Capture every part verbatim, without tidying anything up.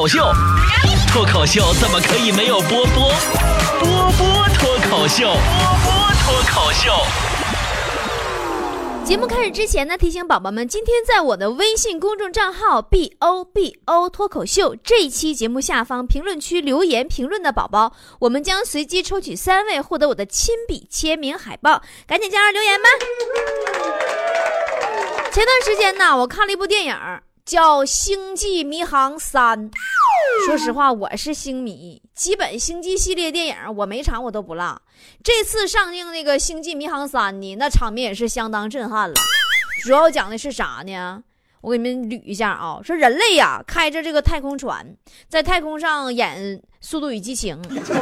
口秀，脱口秀怎么可以没有波波？波波脱口秀，波波脱口秀。 节目开始之前呢，提醒宝宝们，今天在我的微信公众账号 B O B O 脱口秀这一期节目下方评论区留言评论的宝宝，我们将随机抽取三位获得我的亲笔签名海报，赶紧加入留言吧。前段时间呢，我看了一部电影叫《星际迷航三》，说实话我是星迷，基本星际系列电影我每场我都不落。这次上映那个《星际迷航三》呢，那场面也是相当震撼了。主要讲的是啥呢？我给你们捋一下啊，说人类呀、啊、开着这个太空船，在太空上演《速度与激情》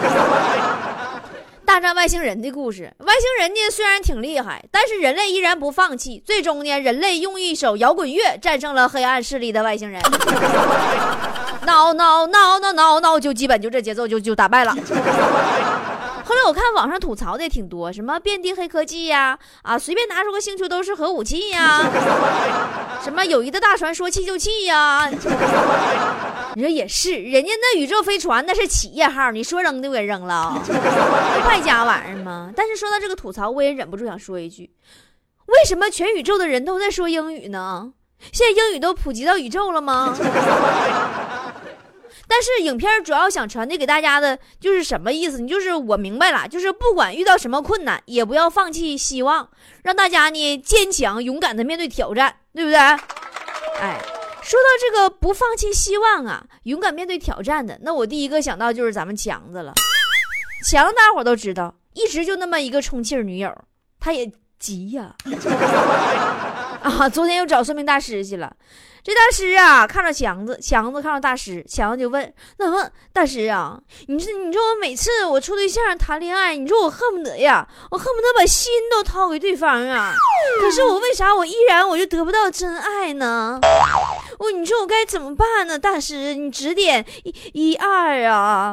大战外星人的故事。外星人呢虽然挺厉害，但是人类依然不放弃，最终呢人类用一首摇滚乐战胜了黑暗势力的外星人。闹闹闹闹闹闹，就基本就这节奏就就打败了。后来我看网上吐槽的也挺多，什么遍地黑科技呀、啊，啊随便拿出个星球都是核武器呀、啊，什么友谊的大船说气就气呀、啊。你说也是，人家那宇宙飞船那是企业号，你说扔就给扔了，不败家玩意儿吗？但是说到这个吐槽，我也忍不住想说一句，为什么全宇宙的人都在说英语呢？现在英语都普及到宇宙了吗？但是影片主要想传递给大家的就是什么意思？你就是我明白了，就是不管遇到什么困难，也不要放弃希望，让大家呢坚强勇敢的面对挑战，对不对？哎，说到这个不放弃希望啊，勇敢面对挑战的，那我第一个想到就是咱们强子了。强子大伙都知道，一直就那么一个充气女友，他也急呀、啊。啊，昨天又找算命大师去了。这大师啊看着强子，强子看着大师，强子就问，那么大师啊，你说你说我每次我处对象谈恋爱，你说我恨不得呀，我恨不得把心都掏给对方啊，可是我为啥我依然我就得不到真爱呢？我你说我该怎么办呢？大师你指点一一二啊。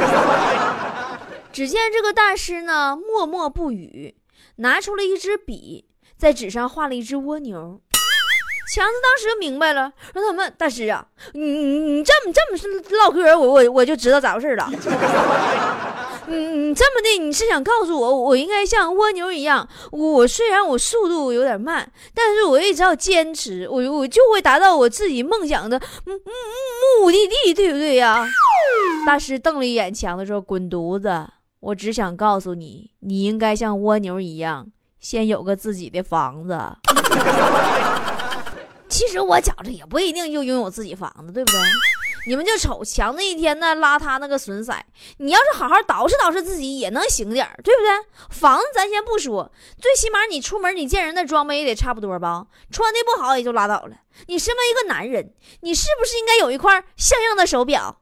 只见这个大师呢默默不语，拿出了一支笔，在纸上画了一只蜗牛。强子当时就明白了，说他们大师啊，你你这么这么唠嗑，我我我就知道咋回事了。你你这么的，你是想告诉我，我应该像蜗牛一样，我虽然我速度有点慢，但是我也只要坚持，我我就会达到我自己梦想的目目的地，对不对呀？大师瞪了一眼强子说：“滚犊子！我只想告诉你，你应该像蜗牛一样，先有个自己的房子。”其实我觉着也不一定就拥有自己房子，对不对？你们就瞅强子一天呢拉他那个损色，你要是好好捯饬捯饬自己也能行点，对不对？房子咱先不说，最起码你出门你见人的装备也得差不多吧，穿的不好也就拉倒了。你身为一个男人，你是不是应该有一块像样的手表？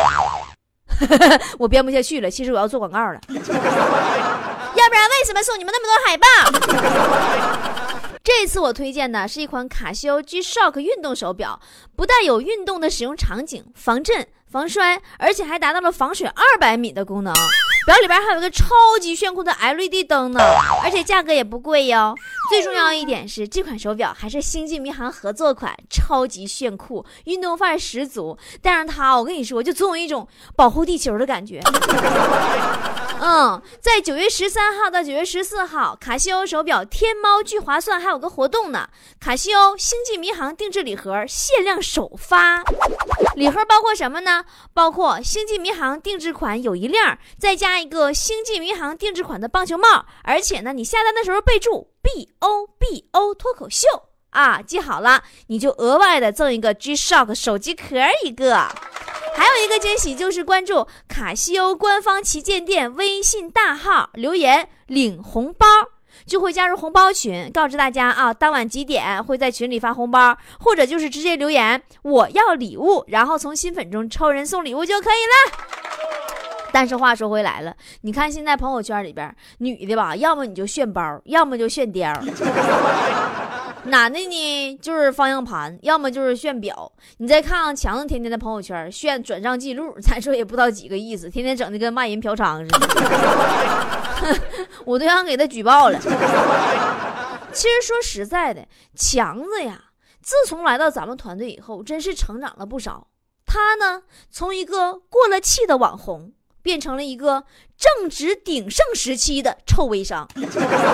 我编不下去了，其实我要做广告了。要不然为什么送你们那么多海报？这次我推荐的是一款卡西欧 G-Shock 运动手表，不但有运动的使用场景，防震防摔，而且还达到了防水二百米的功能。表里边还有一个超级炫酷的 L E D 灯呢，而且价格也不贵哟。最重要一点是，这款手表还是星际迷航合作款，超级炫酷，运动范十足。戴上它，我跟你说，就总有一种保护地球的感觉。嗯，在九月十三号到九月十四号，卡西欧手表天猫聚划算还有个活动呢，卡西欧星际迷航定制礼盒限量首发。礼盒包括什么呢？包括星际迷航定制款友谊链，再加一个星际迷航定制款的棒球帽，而且呢，你下单的时候备注 B O B O 脱口秀啊，记好了，你就额外的赠一个 G-Shock 手机壳一个。还有一个惊喜就是关注卡西欧官方旗舰店微信大号，留言领红包就会加入红包群，告知大家啊，当晚几点会在群里发红包，或者就是直接留言我要礼物，然后从新粉中抽人送礼物就可以了。但是话说回来了，你看现在朋友圈里边女的吧，要么你就炫包，要么就炫貂，男的呢就是方向盘，要么就是炫表。你再看看强子天天的朋友圈炫转账记录，咱说也不知道几个意思，天天整的跟卖淫嫖娼似的。我都想给他举报了。其实说实在的，强子呀自从来到咱们团队以后真是成长了不少。他他呢，从一个过了气的网红变成了一个正值鼎盛时期的臭微商。但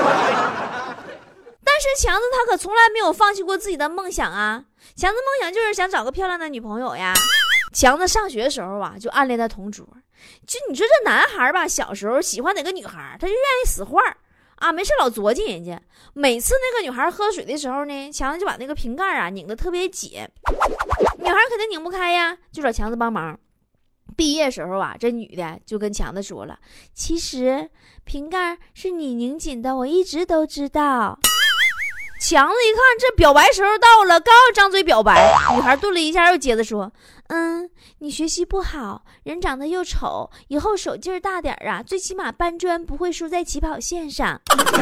是强子他可从来没有放弃过自己的梦想啊！强子梦想就是想找个漂亮的女朋友呀。强子上学的时候啊，就暗恋他同桌。就你说这男孩吧，小时候喜欢哪个女孩，他就愿意使坏啊，没事老作践人家。每次那个女孩喝水的时候呢，强子就把那个瓶盖啊拧得特别紧，女孩肯定拧不开呀，就找强子帮忙。毕业时候啊，这女的就跟强子说了，其实瓶盖是你拧紧的，我一直都知道。强子一看这表白时候到了，刚要张嘴表白，女孩顿了一下又接着说，嗯，你学习不好，人长得又丑，以后手劲儿大点啊，最起码搬砖不会输在起跑线上。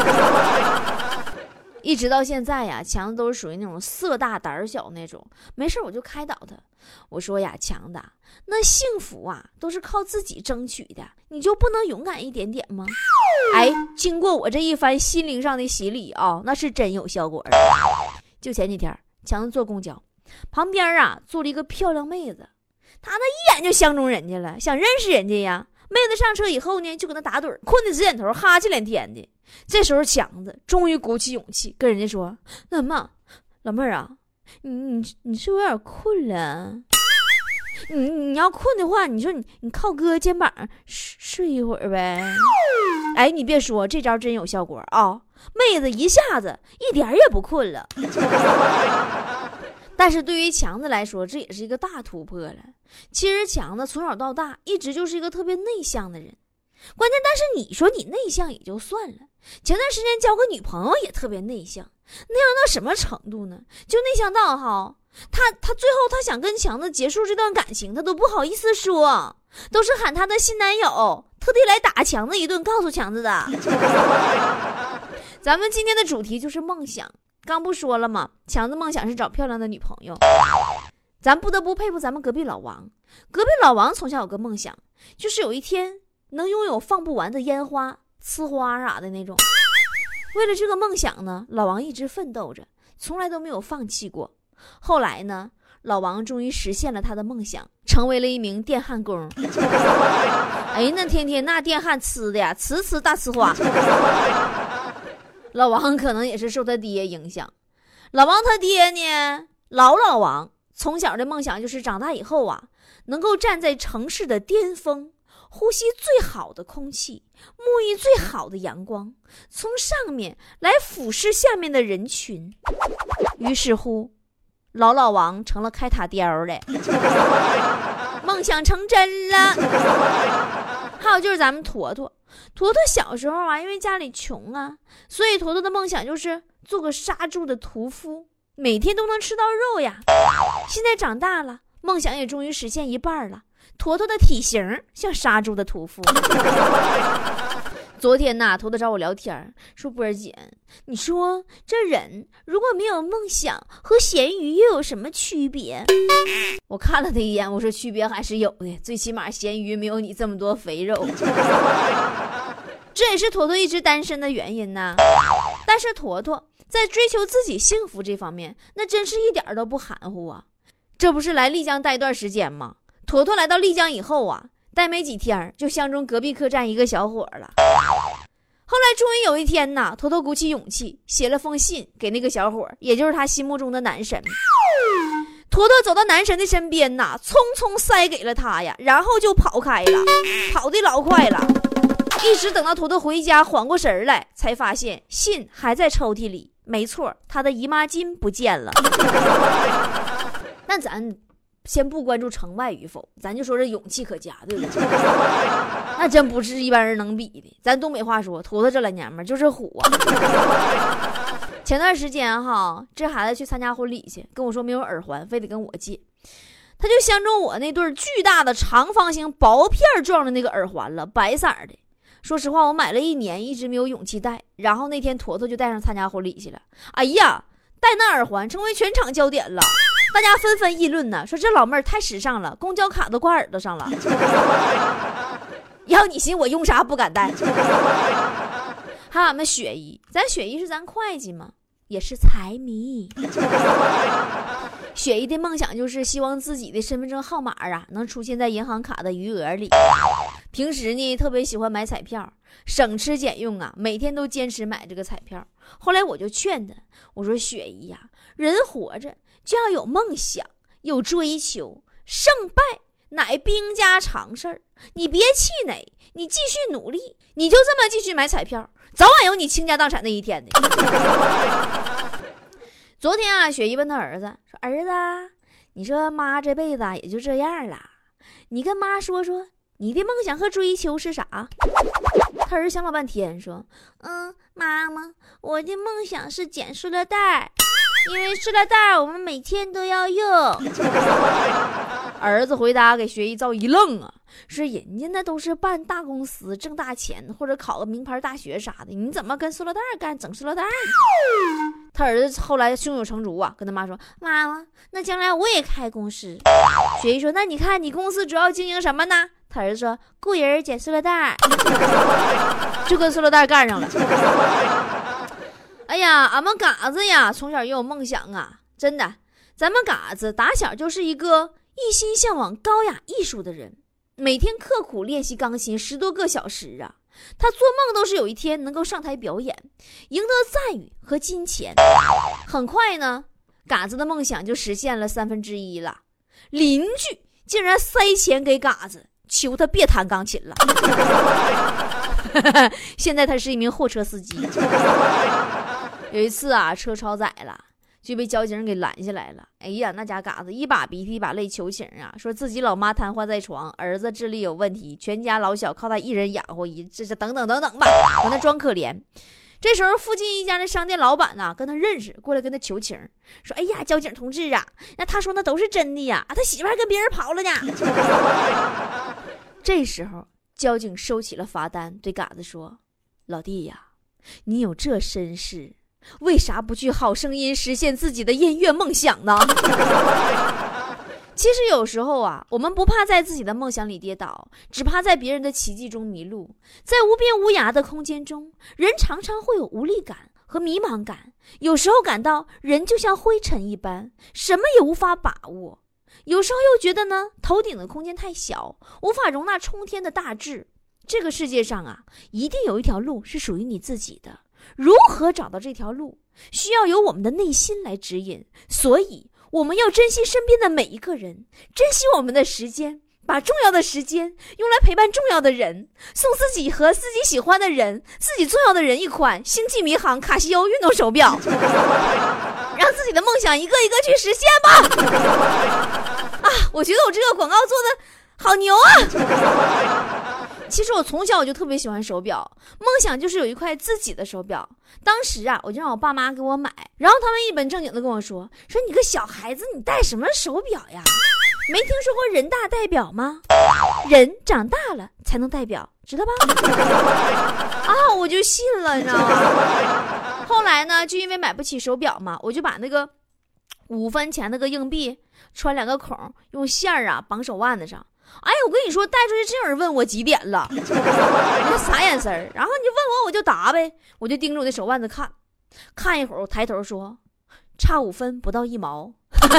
一直到现在呀，强子都是属于那种色大胆小那种，没事我就开导他，我说呀，强子，那幸福啊都是靠自己争取的，你就不能勇敢一点点吗？哎，经过我这一番心灵上的洗礼啊，那是真有效果的。就前几天强子坐公交，旁边啊坐了一个漂亮妹子，他那一眼就相中人家了，想认识人家呀。妹子上车以后呢，就跟他打盹，困得直点头，哈气连天的。这时候强子终于鼓起勇气跟人家说，老妈老妹儿啊，你你你是不是有点困了？你你要困的话，你说你你靠哥肩膀睡睡一会儿呗。哎，你别说，这招真有效果啊！妹子一下子一点也不困了。但是对于强子来说，这也是一个大突破了。其实强子从小到大一直就是一个特别内向的人，关键但是你说你内向也就算了，前段时间交个女朋友也特别内向，内向到什么程度呢？就内向到哈，他他最后他想跟强子结束这段感情，他都不好意思说，都是喊他的新男友特地来打强子一顿，告诉强子的。咱们今天的主题就是梦想，刚不说了吗？强子梦想是找漂亮的女朋友。咱不得不佩服咱们隔壁老王，隔壁老王从小有个梦想，就是有一天能拥有放不完的烟花、呲花啥的那种。为了这个梦想呢，老王一直奋斗着，从来都没有放弃过。后来呢，老王终于实现了他的梦想，成为了一名电焊工。哎，那天天那电焊呲的呀，呲呲大呲花。老王可能也是受他爹影响，老王他爹呢，老老王从小的梦想就是长大以后啊，能够站在城市的巅峰，呼吸最好的空气，沐浴最好的阳光，从上面来俯视下面的人群。于是乎，老老王成了开塔雕的，梦想成真了。还有就是咱们坨坨，坨坨小时候啊，因为家里穷啊，所以坨坨的梦想就是做个杀猪的屠夫，每天都能吃到肉呀。现在长大了，梦想也终于实现一半了，坨坨的体型像杀猪的屠夫。昨天呐，坨坨找我聊天，说波儿姐，你说这人如果没有梦想，和咸鱼又有什么区别？我看了他一眼，我说区别还是有的，最起码咸鱼没有你这么多肥肉。这也是坨坨一直单身的原因呐。但是坨坨在追求自己幸福这方面，那真是一点都不含糊啊。这不是来丽江待一段时间吗？坨坨来到丽江以后啊，待没几天就相中隔壁客栈一个小伙了。后来终于有一天呐，坨坨鼓起勇气写了封信给那个小伙，也就是他心目中的男神。坨坨走到男神的身边呐，匆匆塞给了他呀，然后就跑开了，跑得老快了。一直等到坨坨回家缓过神来，才发现信还在抽屉里。没错，他的姨妈巾不见了。那咱先不关注成败与否，咱就说这勇气可嘉，对不对？那真不是一般人能比的。咱东北话说，坨坨这老娘们就是虎啊。前段时间哈，这孩子去参加婚礼去，跟我说没有耳环，非得跟我借。他就相中我那对巨大的长方形薄片状的那个耳环了，白色的。说实话，我买了一年，一直没有勇气戴。然后那天坨坨就带上参加婚礼去了。哎呀，戴那耳环成为全场焦点了，大家纷纷议论呢，说这老妹儿太时尚了，公交卡都挂耳朵上了。要你信我用啥不敢戴。还有俺们雪姨，咱雪姨是咱会计吗？也是财迷。 雪姨的梦想就是希望自己的身份证号码啊能出现在银行卡的余额里。平时呢特别喜欢买彩票，省吃俭用啊，每天都坚持买这个彩票。后来我就劝他，我说雪姨呀、啊，人活着就要有梦想，有追求，胜败乃兵家常事儿，你别气馁，你继续努力，你就这么继续买彩票，早晚有你倾家荡产那一天的。昨天啊，雪姨问他儿子说：“儿子，你说妈这辈子也就这样了，你跟妈说说你的梦想和追求是啥？”他儿子想了半天说：“嗯，妈妈，我的梦想是捡塑料袋，因为塑料袋我们每天都要用。”儿子回答给学一照一愣啊，说人家那都是办大公司挣大钱，或者考个名牌大学啥的，你怎么跟塑料袋干整塑料袋？他儿子后来胸有成竹啊，跟他妈说：“妈妈，那将来我也开公司。”学一说：“那你看你公司主要经营什么呢？”他儿子说：“雇人捡塑料袋。”就跟塑料袋干上了。哎呀，俺们嘎子呀，从小也有梦想啊，真的，咱们嘎子打小就是一个一心向往高雅艺术的人，每天刻苦练习钢琴十多个小时啊。他做梦都是有一天能够上台表演，赢得赞誉和金钱。很快呢，嘎子的梦想就实现了三分之一了。邻居竟然塞钱给嘎子，求他别弹钢琴了。现在他是一名货车司机。有一次啊，车超载了，就被交警给拦下来了。哎呀，那家嘎子一把鼻涕一把泪求情啊，说自己老妈瘫痪在床，儿子智力有问题，全家老小靠他一人养活，一这是等等等等吧，搁那装可怜。这时候附近一家的商店老板呢、啊、跟他认识，过来跟他求情，说：“哎呀，交警同志啊，那他说那都是真的呀，啊，他媳妇还跟别人跑了呢。”这时候交警收起了罚单，对嘎子说：“老弟呀，你有这身世，为啥不去好声音实现自己的音乐梦想呢？”其实有时候啊，我们不怕在自己的梦想里跌倒，只怕在别人的奇迹中迷路。在无边无涯的空间中，人常常会有无力感和迷茫感，有时候感到人就像灰尘一般，什么也无法把握。有时候又觉得呢，头顶的空间太小，无法容纳冲天的大志。这个世界上啊，一定有一条路是属于你自己的。如何找到这条路，需要由我们的内心来指引。所以我们要珍惜身边的每一个人，珍惜我们的时间，把重要的时间用来陪伴重要的人，送自己和自己喜欢的人、自己重要的人一款星际迷航卡西欧运动手表，让自己的梦想一个一个去实现吧。啊，我觉得我这个广告做的好牛啊！其实我从小我就特别喜欢手表，梦想就是有一块自己的手表。当时啊，我就让我爸妈给我买，然后他们一本正经的跟我说：“说你个小孩子，你戴什么手表呀？没听说过人大代表吗？人长大了才能代表，知道吧？”啊，我就信了，你知道吗？后来呢，就因为买不起手表嘛，我就把那个五分钱那个硬币穿两个孔，用线儿啊绑手腕子上。哎，我跟你说，带出去真有人问我几点了，你这啥眼神儿？然后你就问我，我就答呗，我就盯着我的手腕子看，看一会儿，我抬头说，差五分不到一毛。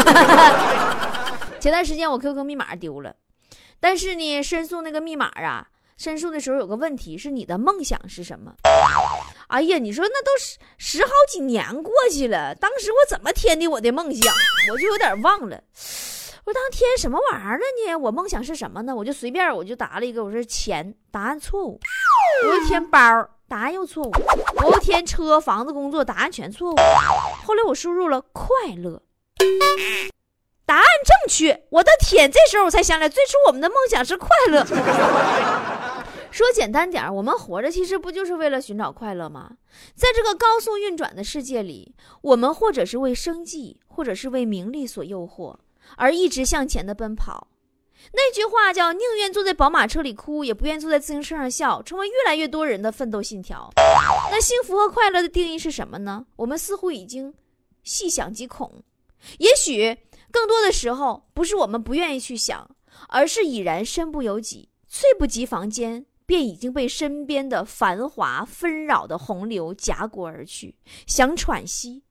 前段时间我 Q Q 密码丢了，但是呢，申诉那个密码啊，申诉的时候有个问题是你的梦想是什么？哎呀，你说那都十十好几年过去了，当时我怎么填的我的梦想，我就有点忘了。我当天什么玩意儿了呢？我梦想是什么呢？我就随便我就答了一个，我说钱，答案错误。我又填包，答案又错误。我又填车、房子、工作，答案全错误。后来我输入了快乐，答案正确。我的天！这时候我才想起来，最初我们的梦想是快乐。说简单点，我们活着其实不就是为了寻找快乐吗？在这个高速运转的世界里，我们或者是为生计，或者是为名利所诱惑，而一直向前的奔跑。那句话叫宁愿坐在宝马车里哭，也不愿坐在自行车上笑，成为越来越多人的奋斗信条。那幸福和快乐的定义是什么呢？我们似乎已经细想极恐。也许更多的时候不是我们不愿意去想，而是已然身不由己，猝不及防间便已经被身边的繁华纷扰的洪流夹过而去，想喘息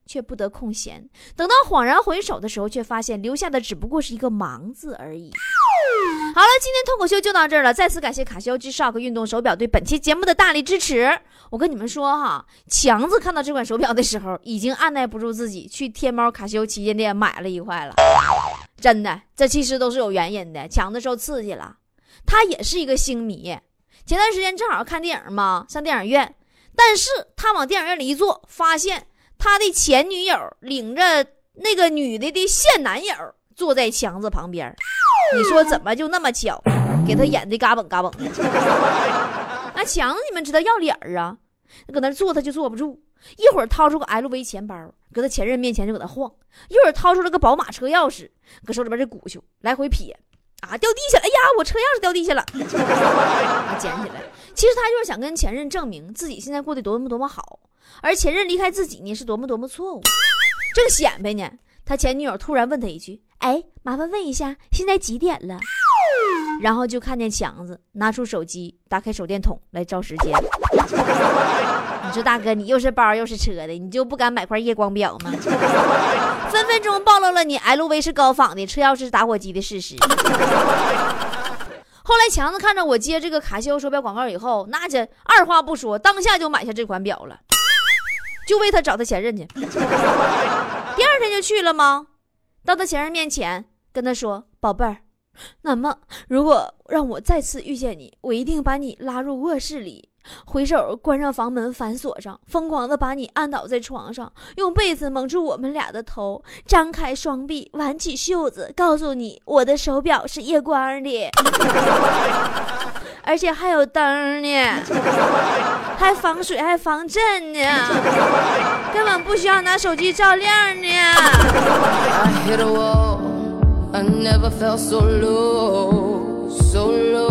却不得空闲。等到恍然回首的时候，却发现留下的只不过是一个忙字而已。好了，今天脱口秀就到这儿了，再次感谢卡西欧 G-Shock 运动手表对本期节目的大力支持。我跟你们说哈，强子看到这款手表的时候，已经按耐不住自己去天猫卡西欧旗舰店买了一块了。真的，这其实都是有原因的，强子受刺激了。他也是一个星迷，前段时间正好看电影嘛，上电影院，但是他往电影院里一坐，发现他的前女友领着那个女的的现男友坐在强子旁边。你说怎么就那么巧，给他演的嘎嘣嘎嘣的。那强子你们知道要脸啊，搁那坐他就坐不住，一会儿掏出个 L V 钱包搁他前任面前就搁那晃，一会儿掏出了个宝马车钥匙搁手里边这鼓球来回撇啊，掉地下了，哎呀，我车钥匙掉地下了啊，捡起来。其实他就是想跟前任证明自己现在过得多么多么好，而前任离开自己呢是多么多么错误。正显摆呢，他前女友突然问他一句，哎，麻烦问一下现在几点了？然后就看见强子拿出手机打开手电筒来照时间。你说大哥，你又是包又是车的，你就不敢买块夜光表吗？分分钟暴露了你 L V 是高仿的，车钥匙是打火机的事实。后来强子看着我接这个卡西欧手表广告以后，那就二话不说，当下就买下这款表了，就为他找他前任去。第二天就去了吗？到他前任面前跟他说，宝贝儿，那么如果让我再次遇见你，我一定把你拉入卧室里，回手关上房门反锁上，疯狂的把你按倒在床上，用被子蒙住我们俩的头，张开双臂挽起袖子，告诉你我的手表是夜光的而且还有灯呢，还防水还防震呢，根本不需要拿手机照亮呢。 I never felt so low, so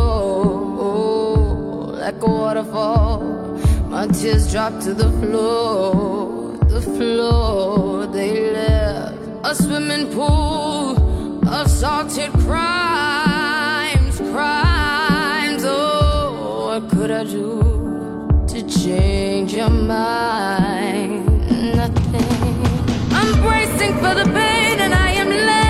low, like a waterfall. My tears dropped to the floor, the floor. They left a swimming pool of salted crimes, crimes. Oh, what could I do to change your mind? Nothing. I'm bracing for the pain and I am letting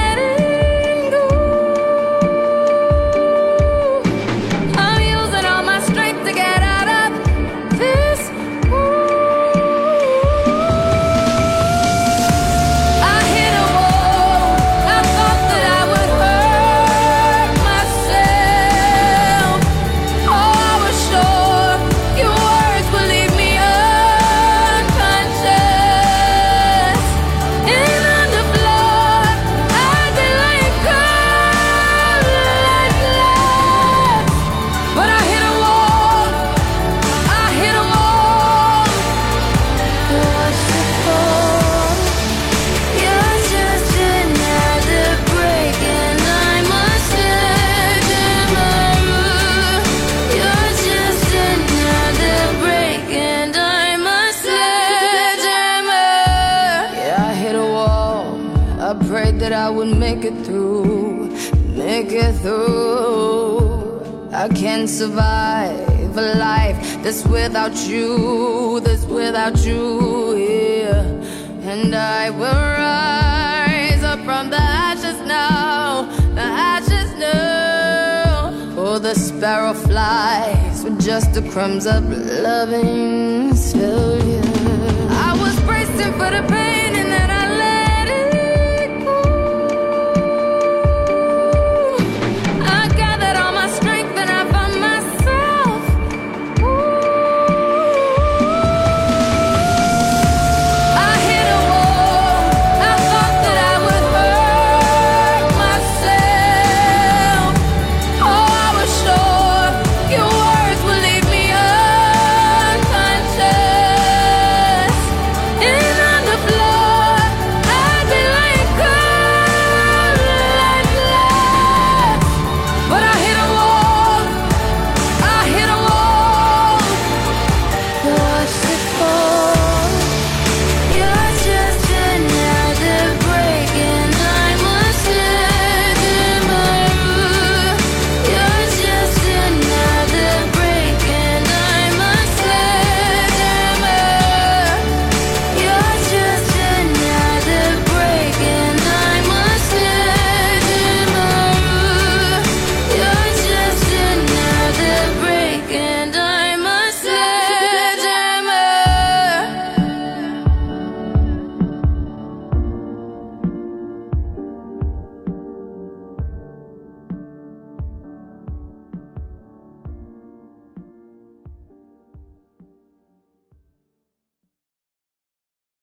I would make it through, make it through. I can't survive a life that's without you, that's without you, yeah. And I will rise up from the ashes now, the ashes now. Oh, the sparrow flies with just the crumbs of loving failure. I was bracing for the pain